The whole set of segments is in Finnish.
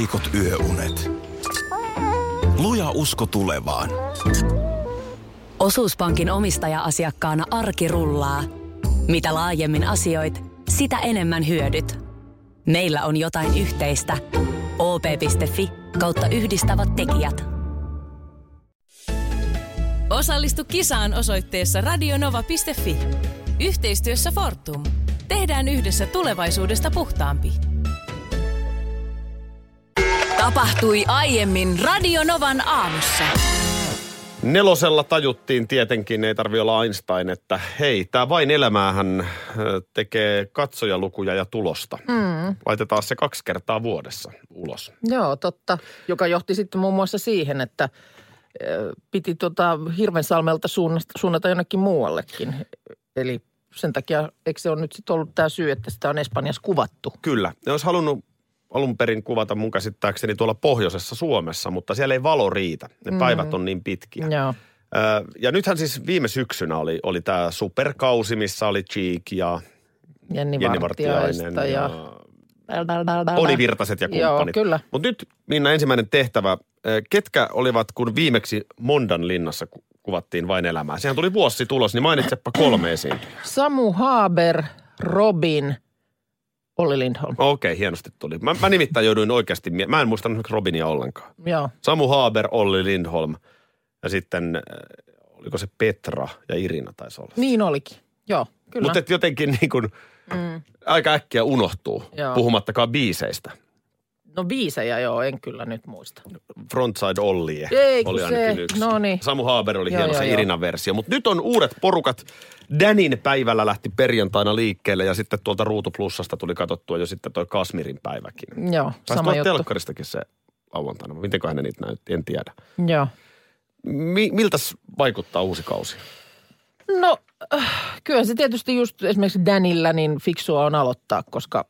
heikot yöunet. Luja usko tulevaan. Osuuspankin omistaja-asiakkaana arki rullaa. Mitä laajemmin asioit, sitä enemmän hyödyt. Meillä on jotain yhteistä. op.fi/yhdistävät tekijät. Osallistu kisaan osoitteessa radionova.fi. Yhteistyössä Fortum. Tehdään yhdessä tulevaisuudesta puhtaampi. Tapahtui aiemmin Radionovan aamussa. Nelosella tajuttiin tietenkin, ei tarvitse olla Einstein, että hei, tämä Vain elämäähän tekee katsojalukuja ja tulosta. Laitetaan se 2 kertaa vuodessa ulos. Joo, totta. Joka johti sitten muun muassa siihen, että piti Hirvensalmelta suunnata jonnekin muuallekin. Eli sen takia, eikö se ole nyt sitten ollut tämä syy, että sitä on Espanjassa kuvattu? Kyllä. Ne olisi halunnut alun perin kuvata mun käsittääkseni tuolla pohjoisessa Suomessa, mutta siellä ei valo riitä. Ne päivät on niin pitkiä. Joo. Ja nythän siis viime syksynä oli tämä superkausi, missä oli Cheek ja Jenni Vartiainen ja Oni Virtaset ja kumppanit. Joo, kyllä. Mutta nyt, Minna, ensimmäinen tehtävä. Ketkä olivat, kun viimeksi Mondan linnassa kuvattiin Vain elämää? Sehän tuli vuosi tulos, niin mainitsepa 3 esiintyjää. Samu Haber, Robin, Olli Lindholm. Okei, hienosti tuli. Mä nimittäin jouduin oikeasti, mä en muistanut Robinia ollenkaan. Joo. Samu Haber, Olli Lindholm ja sitten, oliko se Petra ja Irina taisi olla. Niin olikin, joo, kyllä. Mutta jotenkin niin kuin aika äkkiä unohtuu, puhumattakaan biiseistä. No biisejä joo, en kyllä nyt muista. Frontside Ollie oli ainakin yksi. Noniin. Samu Haber oli hieno se Irinan versio. Mutta nyt on uudet porukat. Danin päivällä lähti perjantaina liikkeelle ja sitten tuolta Ruutu Plussasta tuli katsottua jo sitten toi Kasmirin päiväkin. Joo, sama juttu. Telkkaristakin se lauantaina. Mitenköhän ne niitä näytti, en tiedä. Joo. Miltäs vaikuttaa uusi kausi? No, kyllä se tietysti just esimerkiksi Danilla niin fiksua on aloittaa, koska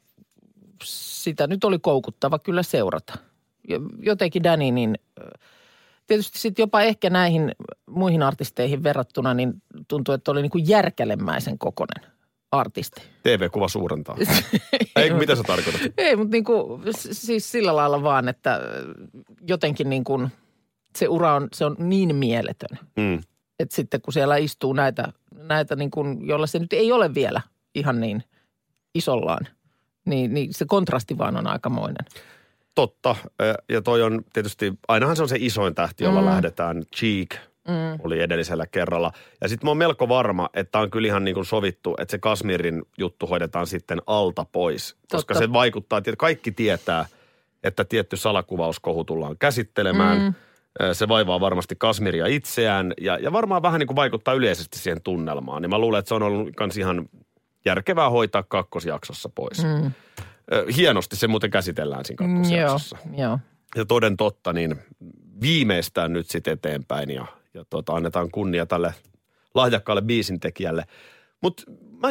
sitä nyt oli koukuttava kyllä seurata. Jotenkin Danny, niin tietysti sitten jopa ehkä näihin muihin artisteihin verrattuna, niin tuntuu, että oli niin kuin järkälemäisen kokoinen artisti. TV-kuva suurentaa. Ei, mitä sä tarkoitat? Ei, mutta niin kuin, siis sillä lailla vaan, että jotenkin niin kuin se ura on niin mieletön. Että sitten kun siellä istuu näitä niin kuin, joilla se nyt ei ole vielä ihan niin isollaan, niin se kontrasti vaan on aikamoinen. Totta. Ja toi on tietysti, ainahan se on se isoin tähti, jolla lähdetään. Cheek oli edellisellä kerralla. Ja sitten mä oon melko varma, että on kyllä ihan niin kuin sovittu, että se Kasmirin juttu hoidetaan sitten alta pois. Totta. Koska se vaikuttaa, että kaikki tietää, että tietty salakuvauskohu tullaan käsittelemään. Se vaivaa varmasti Kasmiria itseään ja varmaan vähän niin kuin vaikuttaa yleisesti siihen tunnelmaan. Niin mä luulen, että se on ollut kans ihan järkevää hoitaa kakkosjaksossa pois. Hienosti se muuten käsitellään siinä kakkosjaksossa. Joo. Ja toden totta, niin viimeistään nyt sitten eteenpäin ja annetaan kunnia tälle lahjakkaalle biisintekijälle. Mutta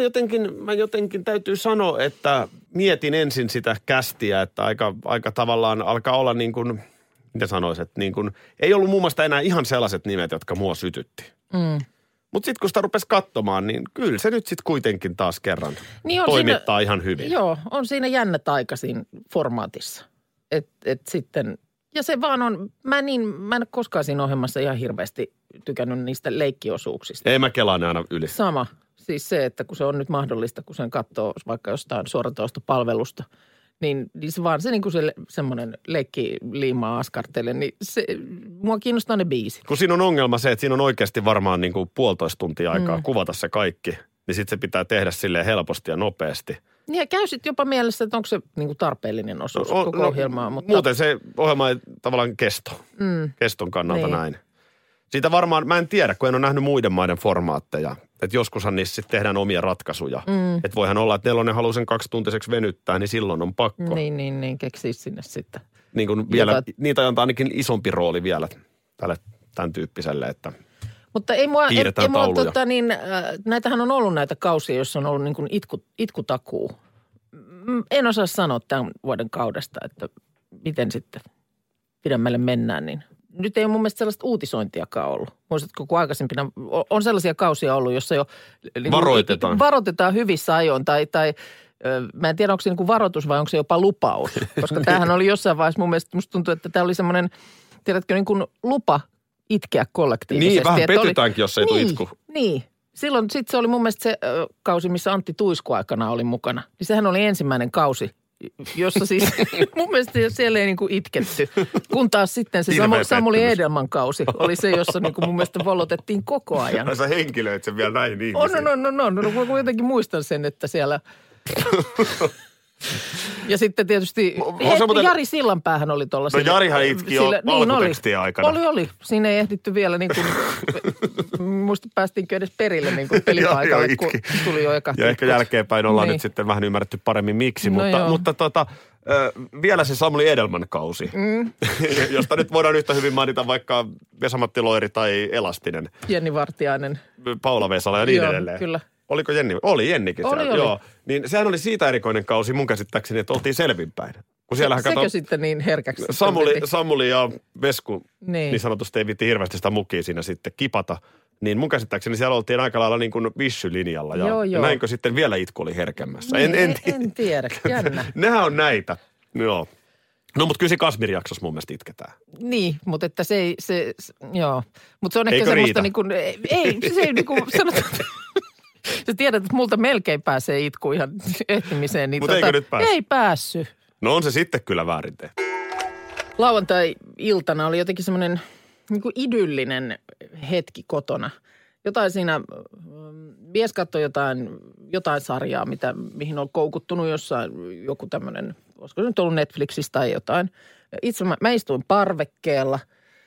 mä jotenkin täytyy sanoa, että mietin ensin sitä kästiä, että aika tavallaan alkaa olla niin kuin, mitä sanoisin, että niin kuin, ei ollut muun muassa enää ihan sellaiset nimet, jotka mua sytytti. Mutta sitten kun sitä rupesi katsomaan, niin kyllä se nyt sitten kuitenkin taas kerran toimittaa ihan hyvin. Joo, on siinä jännä taika siinä formaatissa. Et sitten, ja se vaan on, mä en ole koskaan siinä ohjelmassa ihan hirveästi tykännyt niistä leikkiosuuksista. Ei mä kelaan ne aina yli. Sama. Siis se, että kun se on nyt mahdollista, kun sen katsoo vaikka jostain suoratoistopalvelusta, niin se vaan se niin kuin se semmoinen leikki liimaa askartele, niin se, mua kiinnostaa ne biisit. Kun siinä on ongelma se, että siinä on oikeasti varmaan niin kuin 1,5 tuntia aikaa kuvata se kaikki, niin sitten se pitää tehdä silleen helposti ja nopeasti. Niin ja käy sitten jopa mielessä, että onko se niin kuin tarpeellinen osuus koko ohjelmaa. Mutta muuten se ohjelma ei tavallaan keston kannalta näin. Siitä varmaan, mä en tiedä, kun en ole nähnyt muiden maiden formaatteja. Että joskushan niissä sitten tehdään omia ratkaisuja. Että voihan olla, että Nelonen haluaa sen 2-tuntiseksi venyttää, niin silloin on pakko. Niin, keksii sinne sitten. Niin kuin vielä, niitä antaa ainakin isompi rooli vielä tälle tämän tyyppiselle, että mutta ei mua tauluja. Näitähän on ollut näitä kausia, joissa on ollut niin kuin itkutakuu. En osaa sanoa tämän vuoden kaudesta, että miten sitten pidemmälle mennään, niin nyt ei ole mun mielestä sellaista uutisointiakaan ollut. Muistatko, kun aikaisempina on sellaisia kausia ollut, jossa jo varoitetaan hyvissä ajoin tai Mä en tiedä, onko se niin kuin varoitus vai onko se jopa lupaus. Koska tämähän oli jossain vaiheessa mun mielestä, musta tuntuu, että tämä oli semmoinen, tiedätkö, niin kuin lupa itkeä kollektiivisesti. Niin, vähän petytäänkin, jos ei tule itku. Niin. Silloin sitten se oli mun mielestä se kausi, missä Antti Tuisku aikana oli mukana. Niin sehän oli ensimmäinen kausi, jossa siis mun mielestä siellä ei niinku itketty. Kun taas sitten se Samuli Edelman kausi oli se, jossa niinku mun mielestä volotettiin koko ajan. Sä henkilöit sen vielä näihin ihmisiin. No, jotenkin muistan sen, että siellä... Ja sitten tietysti Jari Sillanpäähän oli tuollaisia. No Jarihan itki jo valkotekstien aikana. Oli. Siinä ei ehditty vielä niin kuin, muista päästiinkö edes perille niin kuin pelipaikalle, kun tuli jo eka. Ja ehkä jälkeenpäin ollaan nyt sitten vähän ymmärretty paremmin miksi, mutta vielä se Samuli Edelman kausi, josta nyt voidaan yhtä hyvin mainita vaikka Vesa-Matti Loiri tai Elastinen. Jenni Vartiainen. Paula Vesala ja niin edelleen. Kyllä. Oliko Jenni? Oli Jennikin siellä, oli. Joo. Niin sehän oli siitä erikoinen kausi mun käsittääkseni, että oltiin selvinpäin. Kun siellähän sekö sitten niin herkäksi? Samuli ja Vesku niin sanotusti ei viitti hirveästi sitä mukia siinä sitten kipata. Niin mun käsittääkseni siellä oltiin aika lailla niin kuin Vissy-linjalla. Ja näinkö sitten vielä itku oli herkemmässä? Niin, en tiedä, jännä. Nehän on näitä, joo. No, mutta kyllä se Kasmir-jaksossa mun mielestä itketään. Niin, mutta että joo. Mutta se on ehkä semmoista niin kuin, se ei niin kuin sanotaan, sä tiedät, että multa melkein pääsee itku ihan ehtimiseen. Niin mutta eikö nyt päässyt? Ei päässyt. No on se sitten kyllä väärin tehty. Lauantai-iltana oli jotenkin semmoinen niin kuin idyllinen hetki kotona. Jotain siinä, mies katsoi jotain sarjaa, mihin on koukuttunut jossain, joku tämmöinen, olisiko se nyt ollut Netflixistä tai jotain. Itse mä istuin parvekkeella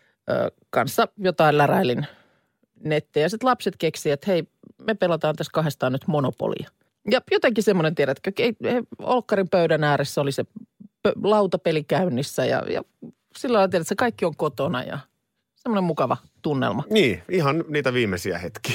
kanssa jotain läräilin nettiä. Ja sitten lapset keksivät, että hei, me pelataan tässä kahdestaan nyt Monopolia. Ja jotenkin semmoinen, tiedätkö, olkkarin pöydän ääressä oli se lautapeli käynnissä ja sillä lailla tiedät, että kaikki on kotona ja semmoinen mukava tunnelma. Niin, ihan niitä viimeisiä hetkiä.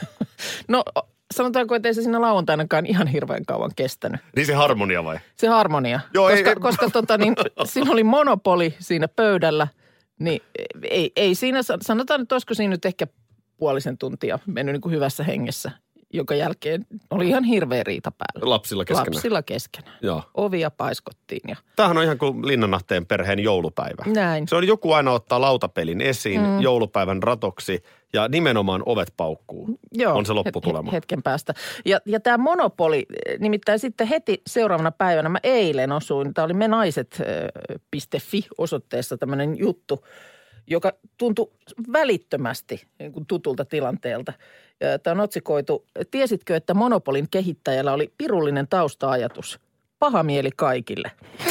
No sanotaanko, että ei se siinä lauantainakaan ihan hirveän kauan kestänyt. Niin se harmonia vai? Se harmonia. Joo, koska siinä oli Monopoli siinä pöydällä, niin ei siinä, sanotaan, että olisiko siinä nyt ehkä puolisen tuntia mennyt niin kuin hyvässä hengessä, jonka jälkeen oli ihan hirveä riita päällä. Lapsilla keskenään. Joo. Ovia paiskottiin. Ja... Tämähän on ihan kuin Linnanahteen perheen joulupäivä. Näin. Se on joku aina ottaa lautapelin esiin joulupäivän ratoksi ja nimenomaan ovet paukkuu. Joo, on se lopputulema. Hetken päästä. Ja tämä Monopoli, nimittäin sitten heti seuraavana päivänä mä eilen osuin, tämä oli menaiset.fi-osoitteessa tämmöinen juttu, joka tuntui välittömästi niin kuin tutulta tilanteelta. Tämä on otsikoitu, tiesitkö, että Monopolin kehittäjällä oli pirullinen tausta-ajatus? Paha mieli kaikille.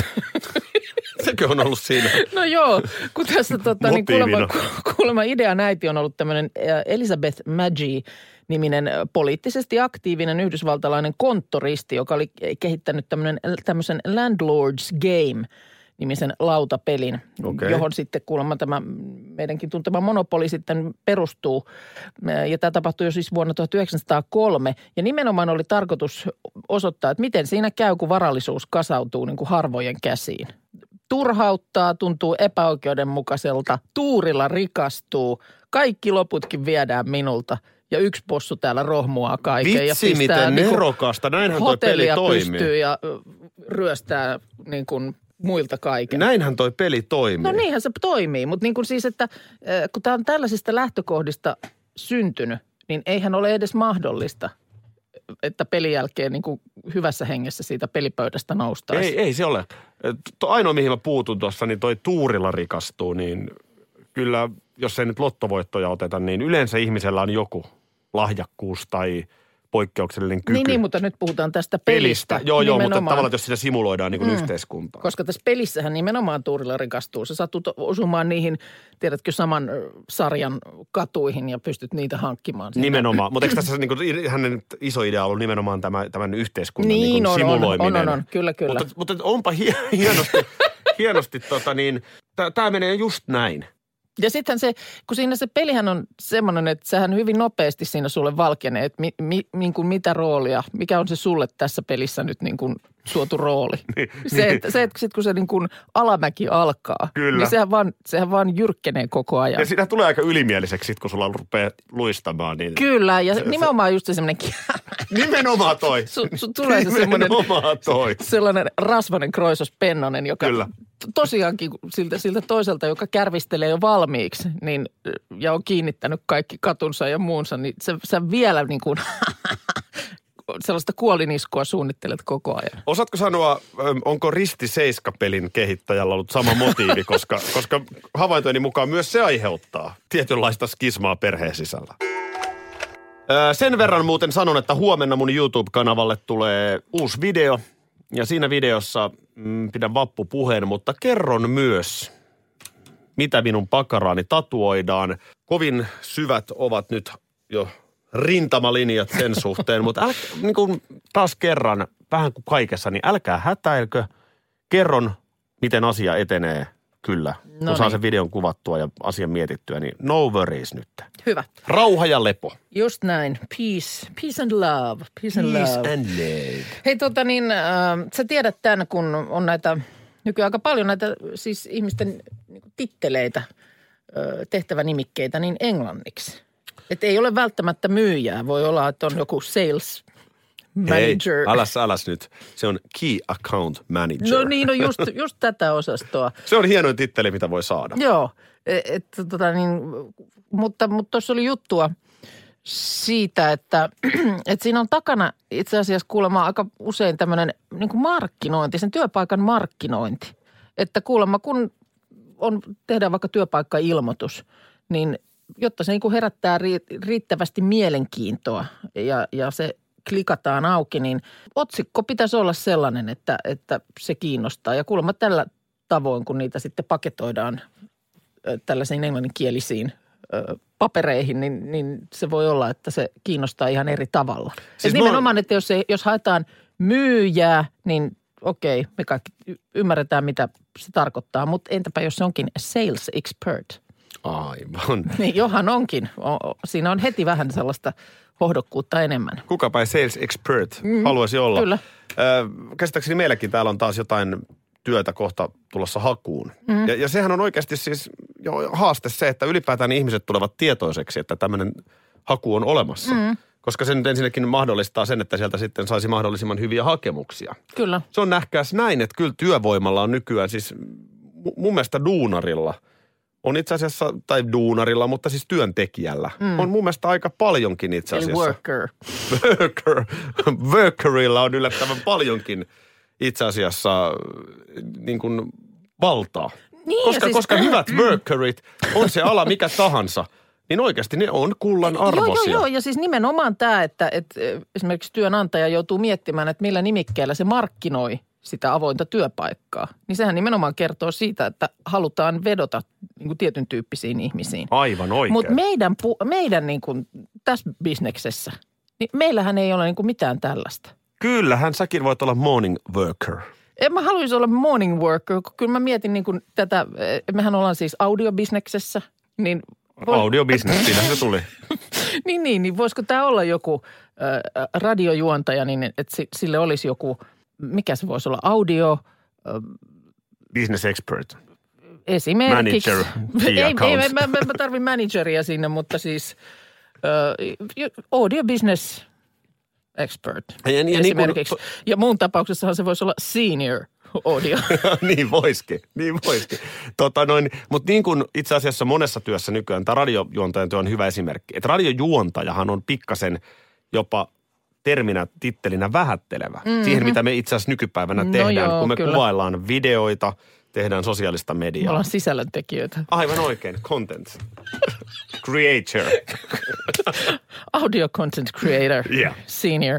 Sekö on ollut siinä? No joo, kun tässä niin kuulemma idean äiti on ollut tämmöinen Elizabeth Magee-niminen poliittisesti aktiivinen yhdysvaltalainen konttoristi, joka oli kehittänyt tämmöisen Landlord's Game-nimisen lautapelin, johon sitten kuulemma tämä meidänkin tuntema Monopoli sitten perustuu. Ja tämä tapahtui jo siis vuonna 1903. Ja nimenomaan oli tarkoitus osoittaa, että miten siinä käy, kun varallisuus kasautuu niin kuin harvojen käsiin. Turhauttaa, tuntuu epäoikeudenmukaiselta, tuurilla rikastuu, kaikki loputkin viedään minulta. Ja yksi possu täällä rohmuaa kaiken. Vitsi, ja miten nerokasta. Näinhän toi peli toimii. Pystyy ja ryöstää niin kuin muilta kaiken. Näinhän toi peli toimii. No niinhän se toimii, mutta niin kuin siis, että kun tämä on tällaisista lähtökohdista syntynyt, niin eihän ole edes mahdollista, että pelin jälkeen niin kuin hyvässä hengessä siitä pelipöydästä noustaisi. Ei se ole. Ainoa, mihin mä puutun tuossa, niin toi tuurilla rikastuu, niin kyllä, jos ei nyt lottovoittoja oteta, niin yleensä ihmisellä on joku lahjakkuus tai poikkeuksellinen kyky. Niin, mutta nyt puhutaan tästä pelistä. Joo, mutta tavallaan, jos sitä simuloidaan niin kuin yhteiskuntaa. Koska tässä pelissähän nimenomaan tuurilla rikastuu. Sä satut osumaan niihin, tiedätkö, saman sarjan katuihin ja pystyt niitä hankkimaan. Nimenomaan, mutta eikö tässä niin kuin, hänen iso idea ollut nimenomaan tämän yhteiskunnan niin kuin simuloiminen? On, kyllä. Mutta onpa hienosti tämä menee just näin. Ja sittenhän se, kun siinä se pelihän on semmoinen, että sähän hyvin nopeasti siinä sulle valkenee, että niin kuin mitä roolia, mikä on se sulle tässä pelissä nyt niin kuin suotu rooli. Että sit kun se niin kuin alamäki alkaa, Kyllä. niin sehän vaan jyrkkenee koko ajan. Ja siinä tulee aika ylimieliseksi sit, kun sulla rupeaa luistamaan. Niin Kyllä, ja nimenomaan just semmoinen nimenomaan toi. tulee se semmoinen sellainen rasvainen kroisos pennonen, joka Kyllä. Tosiaankin siltä toiselta, joka kärvistelee jo valmiiksi niin, ja on kiinnittänyt kaikki katunsa ja muunsa, niin sä vielä niin kuin sellaista kuoliniskua suunnittelet koko ajan. Osaatko sanoa, onko Risti Seiska-pelin kehittäjällä ollut sama motiivi, koska havaintojeni mukaan myös se aiheuttaa tietynlaista skismaa perheen sisällä. Sen verran muuten sanon, että huomenna mun YouTube-kanavalle tulee uusi video. Ja siinä videossa pidän vappupuheen, mutta kerron myös, mitä minun pakaraani tatuoidaan. Kovin syvät ovat nyt jo rintamalinjat sen suhteen, mutta niin kuin taas kerran, vähän kuin kaikessa, niin älkää hätäilkö. Kerron, miten asia etenee. Kyllä, kun saa sen videon kuvattua ja asian mietittyä, niin no worries nyt. Hyvä. Rauha ja lepo. Just näin. Peace and love. Peace and love. Hei sä tiedät tämän, kun on näitä, nykyään aika paljon näitä siis ihmisten titteleitä, tehtävänimikkeitä, niin englanniksi. Että ei ole välttämättä myyjää. Voi olla, että on joku sales manager. Hei, äläs nyt. Se on key account manager. No niin, just tätä osastoa. Se on hienoin titteli, mitä voi saada. Joo, mutta tuossa oli juttua siitä, että siinä on takana itse asiassa kuulemma aika usein tämmöinen niin kuin markkinointi, sen työpaikan markkinointi. Että kuulemma kun tehdään vaikka työpaikkailmoitus, niin jotta se niin kuin herättää riittävästi mielenkiintoa ja se klikataan auki, niin otsikko pitäisi olla sellainen, että se kiinnostaa. Ja kuulemma tällä tavoin, kun niitä sitten paketoidaan tällaisiin englanninkielisiin papereihin, niin se voi olla, että se kiinnostaa ihan eri tavalla. Siis nimenomaan, että jos haetaan myyjää, niin okei, me kaikki ymmärretään, mitä se tarkoittaa. Mutta entäpä jos se onkin sales expert? Aivan. Niin johan onkin. Siinä on heti vähän sellaista hohdokkuutta enemmän. Kukapa ei sales expert haluaisi olla. Kyllä. Käsittääkseni meilläkin täällä on taas jotain työtä kohta tulossa hakuun. Ja sehän on oikeasti siis jo haaste se, että ylipäätään ihmiset tulevat tietoiseksi, että tämmöinen haku on olemassa. Koska se nyt ensinnäkin mahdollistaa sen, että sieltä sitten saisi mahdollisimman hyviä hakemuksia. Kyllä. Se on nähkääs näin, että kyllä työvoimalla on nykyään siis mun mielestä duunarilla on itse asiassa, tai duunarilla, mutta siis työntekijällä on mun mielestä aika paljonkin itse asiassa. Worker. Workerilla on yllättävän paljonkin itse asiassa niin kuin valtaa. Niin, koska hyvät workerit, on se ala mikä tahansa, niin oikeasti ne on kullan arvoisia. Joo, ja siis nimenomaan tämä, että esimerkiksi työnantaja joutuu miettimään, että millä nimikkeellä se markkinoi sitä avointa työpaikkaa. Niin sehän nimenomaan kertoo siitä, että halutaan vedota niin kuin tietyn tyyppisiin ihmisiin. Aivan oikein. Mutta meidän niin kuin tässä bisneksessä, niin meillähän ei ole niin kuin mitään tällaista. Kyllähän säkin voit olla morning worker. En mä haluaisi olla morning worker, kun kyllä mä mietin niin kuin tätä, mehän ollaan siis audiobisneksessä. Niin audiobisnes, siinähän se tuli. niin voisiko tämä olla joku radiojuontaja, niin että sille olisi joku, mikä se voisi olla, audio... Business expert. Esimerkiksi. Manager. Mä tarvin manageria sinne, mutta siis audio business expert esimerkiksi. Ja muun tapauksessahan se voisi olla senior audio. niin voisikin. Mutta niin kuin itse asiassa monessa työssä nykyään, tämä radiojuontajan työ on hyvä esimerkki. Että radiojuontajahan on pikkasen jopa terminä, tittelinä vähättelevä. Siihen, mitä me itse asiassa nykypäivänä tehdään, kun me kuvaillaan videoita, tehdään sosiaalista mediaa. Me ollaan sisällöntekijöitä. Aivan oikein, content creator. Audio content creator, senior.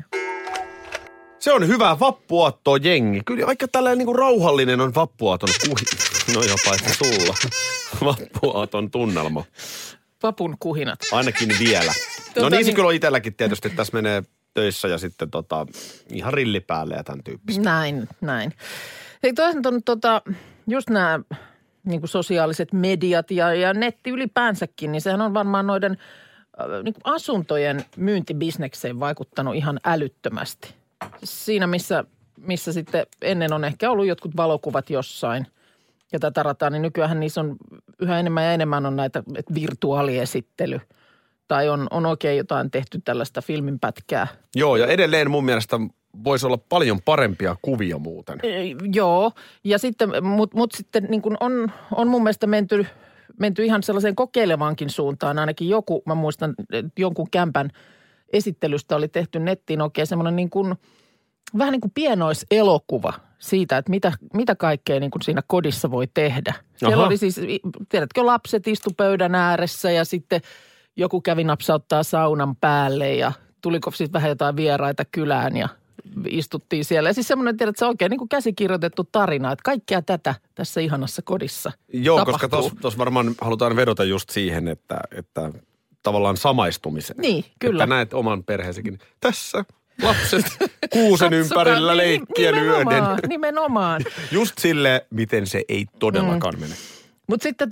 Se on hyvä vappuaattoa jengi. Kyllä aika tällainen niin kuin rauhallinen on vappuaaton no jopa että sulla. Vappuaaton tunnelma. Vapun kuhinat. Ainakin vielä. No niin se kyllä on itselläkin tietysti, että tässä menee töissä ja sitten ihan rilli päälle ja tämän tyyppistä. Näin. Hei toisaalta on just nämä niin kuin sosiaaliset mediat ja netti ylipäänsäkin, niin sehän on varmaan noiden niin kuin asuntojen myyntibisnekseen vaikuttanut ihan älyttömästi. Siinä, missä sitten ennen on ehkä ollut jotkut valokuvat jossain ja tätä rataa, niin nykyään niissä on yhä enemmän ja enemmän on näitä virtuaaliesittely tai on oikein jotain tehty tällaista filminpätkää. Joo, ja edelleen mun mielestä voisi olla paljon parempia kuvia muuten. Joo, ja sitten, mut sitten niin kuin on mun mielestä menty ihan sellaiseen kokeilevaankin suuntaan. Ainakin mä muistan, jonkun kämpän esittelystä oli tehty nettiin oikein semmoinen niin kuin, vähän niin kuin pienoiselokuva siitä, että mitä kaikkea niin kuin siinä kodissa voi tehdä. Siellä oli siis, tiedätkö, lapset istu pöydän ääressä ja sitten joku kävi napsauttaa saunan päälle ja tuliko sitten vähän jotain vieraita kylään ja istuttiin siellä. Ja siis semmoinen, tiedät, se oikein niin kuin käsikirjoitettu tarina, että kaikkea tätä tässä ihanassa kodissa Joo, tapahtuu. koska tuossa varmaan halutaan vedota just siihen, että tavallaan samaistumiseen. Niin, kyllä. Että näet oman perheesikin. Tässä lapset kuusen ympärillä leikkien yöden. Nimenomaan. Just sille, miten se ei todellakaan mene. Mutta sitten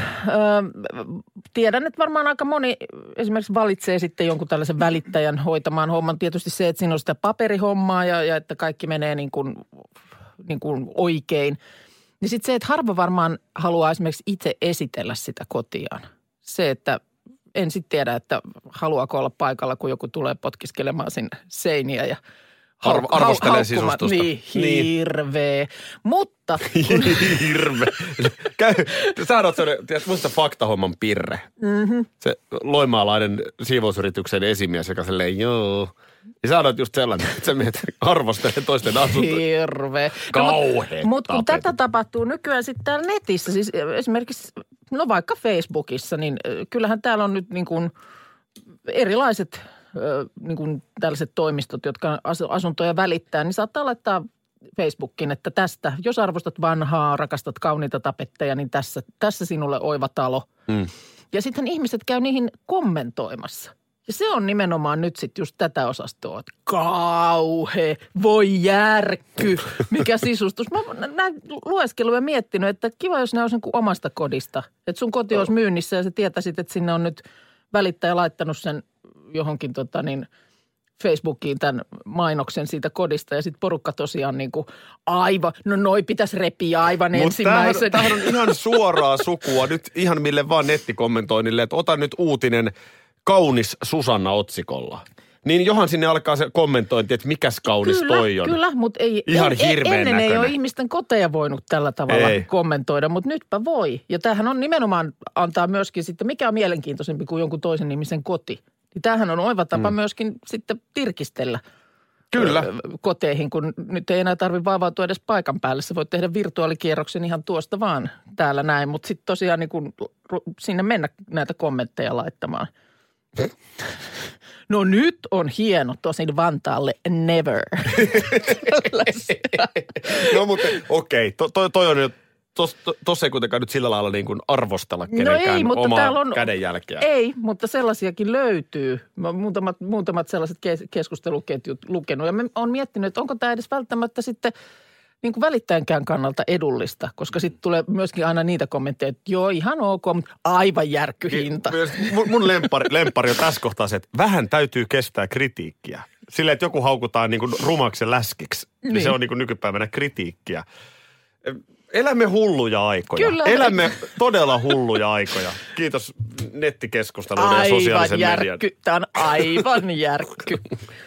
tiedän, että varmaan aika moni esimerkiksi valitsee sitten jonkun tällaisen välittäjän hoitamaan homman. Tietysti se, että siinä on sitä paperihommaa ja että kaikki menee niin kuin oikein. Niin sitten se, että harva varmaan haluaa esimerkiksi itse esitellä sitä kotiaan. Se, että en sitten tiedä, että haluaako olla paikalla, kun joku tulee potkiskelemaan sinne seiniä ja arvostelee sisustusta. Niin, hirveä. Mutta... Hirveä. Sä oot sellainen, muista faktahomman Pirre. Mm-hmm. Se loimaalainen siivousyrityksen esimies, joka silleen, joo. Ja sä oot just sellainen, että sä mietit arvostelee toisten asuntoja. Hirveä. Kauheeta. Mutta kun tätä tapahtuu nykyään sitten täällä netissä, siis esimerkiksi, no vaikka Facebookissa, niin kyllähän täällä on nyt niin kuin erilaiset niin kuin tällaiset toimistot, jotka asuntoja välittää, niin saattaa laittaa Facebookiin, että tästä, jos arvostat vanhaa, rakastat kauniita tapetteja, niin tässä sinulle oiva talo. Mm. Ja sitten ihmiset käy niihin kommentoimassa. Ja se on nimenomaan nyt sitten just tätä osastoa, että kauhe, voi järkky, mikä sisustus. Mä oon näin lueskellut ja miettinyt, että kiva, jos ne olisi niin omasta kodista. Että sun koti olisi myynnissä ja sä tietäisit, että sinne on nyt välittäjä laittanut sen johonkin Facebookiin tämän mainoksen siitä kodista ja sitten porukka tosiaan niin kuin aivan, no noi pitäisi repiä aivan ensimmäisen. Tämähän on ihan suoraa sukua nyt ihan mille vaan nettikommentoinnille, että ota nyt uutinen kaunis Susanna otsikolla. Niin johan sinne alkaa se kommentointi, että mikäs kaunis toi on. Kyllä, mutta ennen ei ole ihmisten koteja voinut tällä tavalla kommentoida, mutta nytpä voi. Ja tämähän on nimenomaan antaa myöskin sitten, mikä on mielenkiintoisempi kuin jonkun toisen ihmisen koti. Niin tämähän on oiva tapa myöskin sitten tirkistellä koteihin, kun nyt ei enää tarvitse vaivautua edes paikan päälle. Sä voit tehdä virtuaalikierroksen ihan tuosta vaan täällä näin, mutta sitten tosiaan niin kun sinne mennä näitä kommentteja laittamaan. No nyt on hieno, tosin Vantaalle never. No mutta okei, toi on nyt, tossa ei kuitenkaan nyt sillä lailla niin kuin arvostella kenenkään omaa kädenjälkeä. Ei, mutta sellaisiakin löytyy. Mä oon muutamat sellaiset keskusteluketjut lukenut ja mä oon miettinyt, että onko tämä edes välttämättä sitten niin kuin välittäjänkään kannalta edullista, koska sitten tulee myöskin aina niitä kommentteja, että joo, ihan ok, mutta aivan järkkyhinta. Mun lemppari on tässä kohtaa se, että vähän täytyy kestää kritiikkiä. Silleen, että joku haukutaan niin kuin rumaksi ja läskiksi, niin se on niin kuin nykypäivänä kritiikkiä. Elämme hulluja aikoja. Kyllä. Elämme todella hulluja aikoja. Kiitos nettikeskusteluiden ja sosiaalisen median. Tämä on aivan järkky.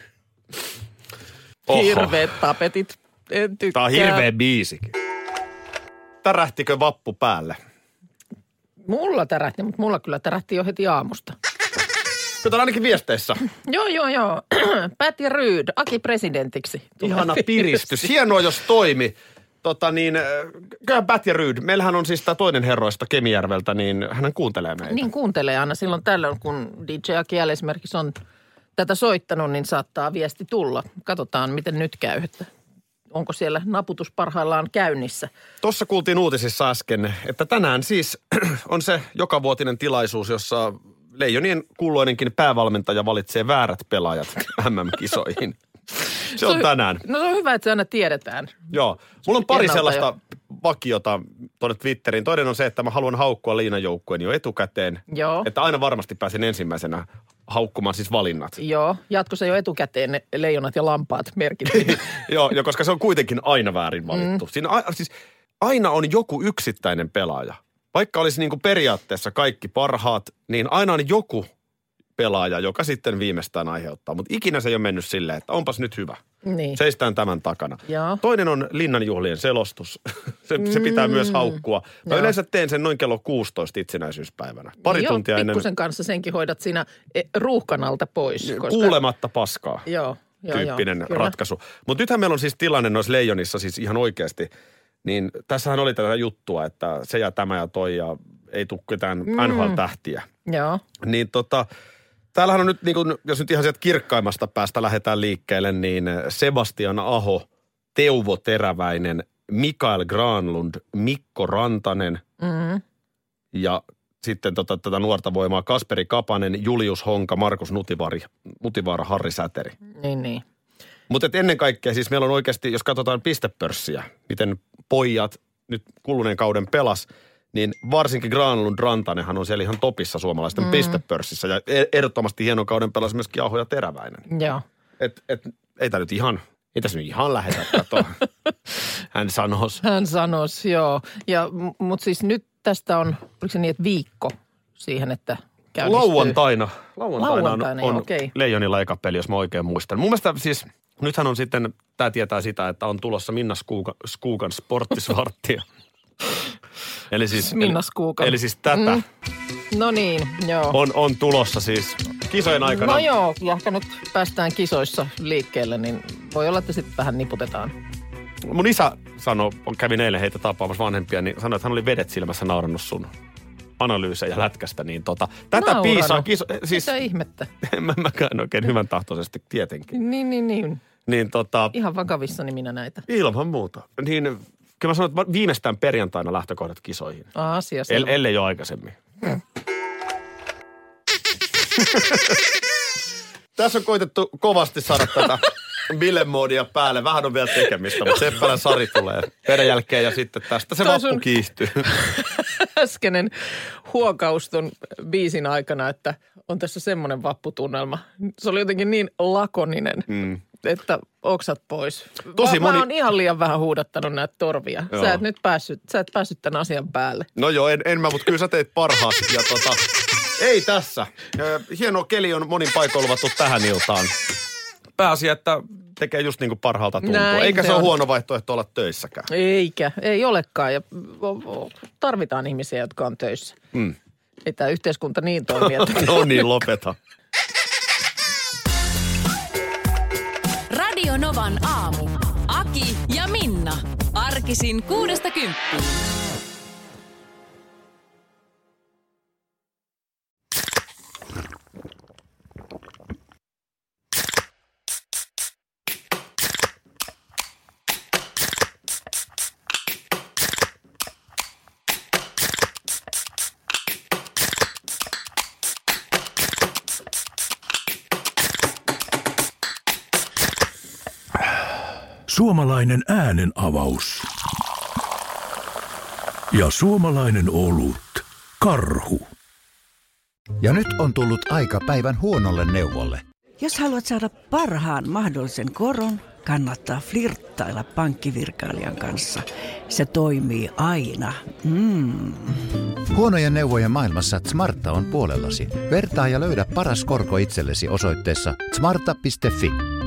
Hirveät tapetit. En tykkää. Tämä on hirveä biisikin. Tärähtikö vappu päälle? Mulla tärähti, mutta mulla kyllä tärähti jo heti aamusta. Katsotaan ainakin viesteissä. Joo. Pat ja Ryd, Aki presidentiksi. Ihana piristys. Hienoa, jos toimi. Kyllähän Pat ja Ryd. Meillähän on siis tämä toinen herroista Kemijärveltä, niin hän kuuntelee meitä. Niin kuuntelee aina silloin tällöin, kun DJ Aki esimerkiksi on tätä soittanut, niin saattaa viesti tulla. Katsotaan, miten nyt käy, että onko siellä naputus parhaillaan käynnissä. Tuossa kuultiin uutisissa äsken, että tänään siis on se jokavuotinen tilaisuus, jossa Leijonien kulloinenkin päävalmentaja valitsee väärät pelaajat MM-kisoihin. Se on tänään. No se on hyvä, että se aina tiedetään. Joo. Mulla on pari sellaista vakiota, tuonne Twitteriin. Toinen on se, että mä haluan haukkua Liinan joukkueen jo etukäteen. Joo. Että aina varmasti pääsen ensimmäisenä haukkumaan siis valinnat. Joo, jatkossa jo etukäteen ne leijonat ja lampaat merkitty. Joo, koska se on kuitenkin aina väärin valittu. Siinä siis aina on joku yksittäinen pelaaja. Vaikka olisi niin kuin periaatteessa kaikki parhaat, niin aina on joku pelaaja, joka sitten viimeistään aiheuttaa. Mutta ikinä se ei ole mennyt silleen, että onpas nyt hyvä. Niin. Seistään tämän takana. Joo. Toinen on Linnanjuhlien selostus. se pitää myös haukkua. Mä yleensä teen sen noin kello 16 itsenäisyyspäivänä. Pari tuntia ennen. Pikkusen kanssa senkin hoidat siinä ruuhkan alta pois. Koska... Kuulematta paskaa. Joo. Tyyppinen ratkaisu. Mutta nythän meillä on siis tilanne noissa Leijonissa siis ihan oikeasti. Niin tässähän oli tätä juttua, että se ja tämä ja toi ja ei tule ketään NHL-tähtiä. Joo. Niin täällähän on nyt, niin kun, jos nyt ihan sieltä kirkkaimmasta päästä lähdetään liikkeelle, niin Sebastian Aho, Teuvo Teräväinen, Mikael Granlund, Mikko Rantanen ja sitten tätä nuorta voimaa Kasperi Kapanen, Julius Honka, Markus Nutivaara, Harri Säteri. Niin. Mutta ennen kaikkea siis meillä on oikeasti, jos katsotaan pistepörssiä, miten pojat nyt kuluneen kauden pelas, niin varsinkin Granlund Rantanenhan on siellä ihan topissa suomalaisten pistepörssissä. Ja ehdottomasti hienon kauden pelasi myöskin Aho ja Teräväinen. Joo. Ei tässä nyt ihan lähetä katoa. Hän sanoisi, joo. Mutta siis nyt tästä on, oliko se niin, että viikko siihen, että käynnistyy? Lauantaina on okay. Leijonilla eka peli, jos mä oikein muistan. Mun mielestä siis, nythän on sitten, tämä tietää sitä, että on tulossa Minna Skuukan sporttisvarttia. Eli siis tätä. No niin, joo. On tulossa siis kisojen aikana. No joo, ja ehkä nyt päästään kisoissa liikkeelle, niin voi olla, että sitten vähän niputetaan. Mun isä kävin eilen heitä tapaamassa vanhempia, niin sanoi, että hän oli vedet silmässä naurannut sun analyysejä lätkästä, niin tätä piisaa siis mitä ihmettä? En mäkään oikein hyvän tahtoisesti tietenkin. Niin. Niin ihan vakavissani minä näitä. Ilman muuta. Niin kyllä mä sanon, että viimeistään perjantaina lähtökohdat kisoihin. Asia ellei jo aikaisemmin. Tässä on koitettu kovasti saada tätä bilemoodia päälle. Vähän on vielä tekemistä, mutta Seppälän Sari tulee peräjälkeen ja sitten tästä se vappu kiihtyy. Äskeinen huokaus ton biisin aikana, että on tässä semmoinen vapputunnelma. Se oli jotenkin niin lakoninen, että oksat pois. Mä oon ihan liian vähän huudattanut näitä torvia. Sä et päässyt tämän asian päälle. No joo, en mä, mutta kyllä sä teit parhaasi. Ja ei tässä. Hieno keli on monin paikoin luvattu tähän iltaan. Pääasia, että tekee just niin kuin parhaalta tuntuu. Eikä se ole huono vaihtoehto olla töissäkään. Ei olekaan. Ja tarvitaan ihmisiä, jotka on töissä. Ei tämä yhteiskunta niin toimia. No niin, lopeta. Radio Novan aamu. Aki ja Minna. Arkisin 6–10. Suomalainen äänen avaus. Ja suomalainen olut. Karhu. Ja nyt on tullut aika päivän huonolle neuvolle. Jos haluat saada parhaan mahdollisen koron, kannattaa flirttailla pankkivirkailijan kanssa. Se toimii aina. Huonojen neuvojen maailmassa Smarta on puolellasi. Vertaa ja löydä paras korko itsellesi osoitteessa smarta.fi.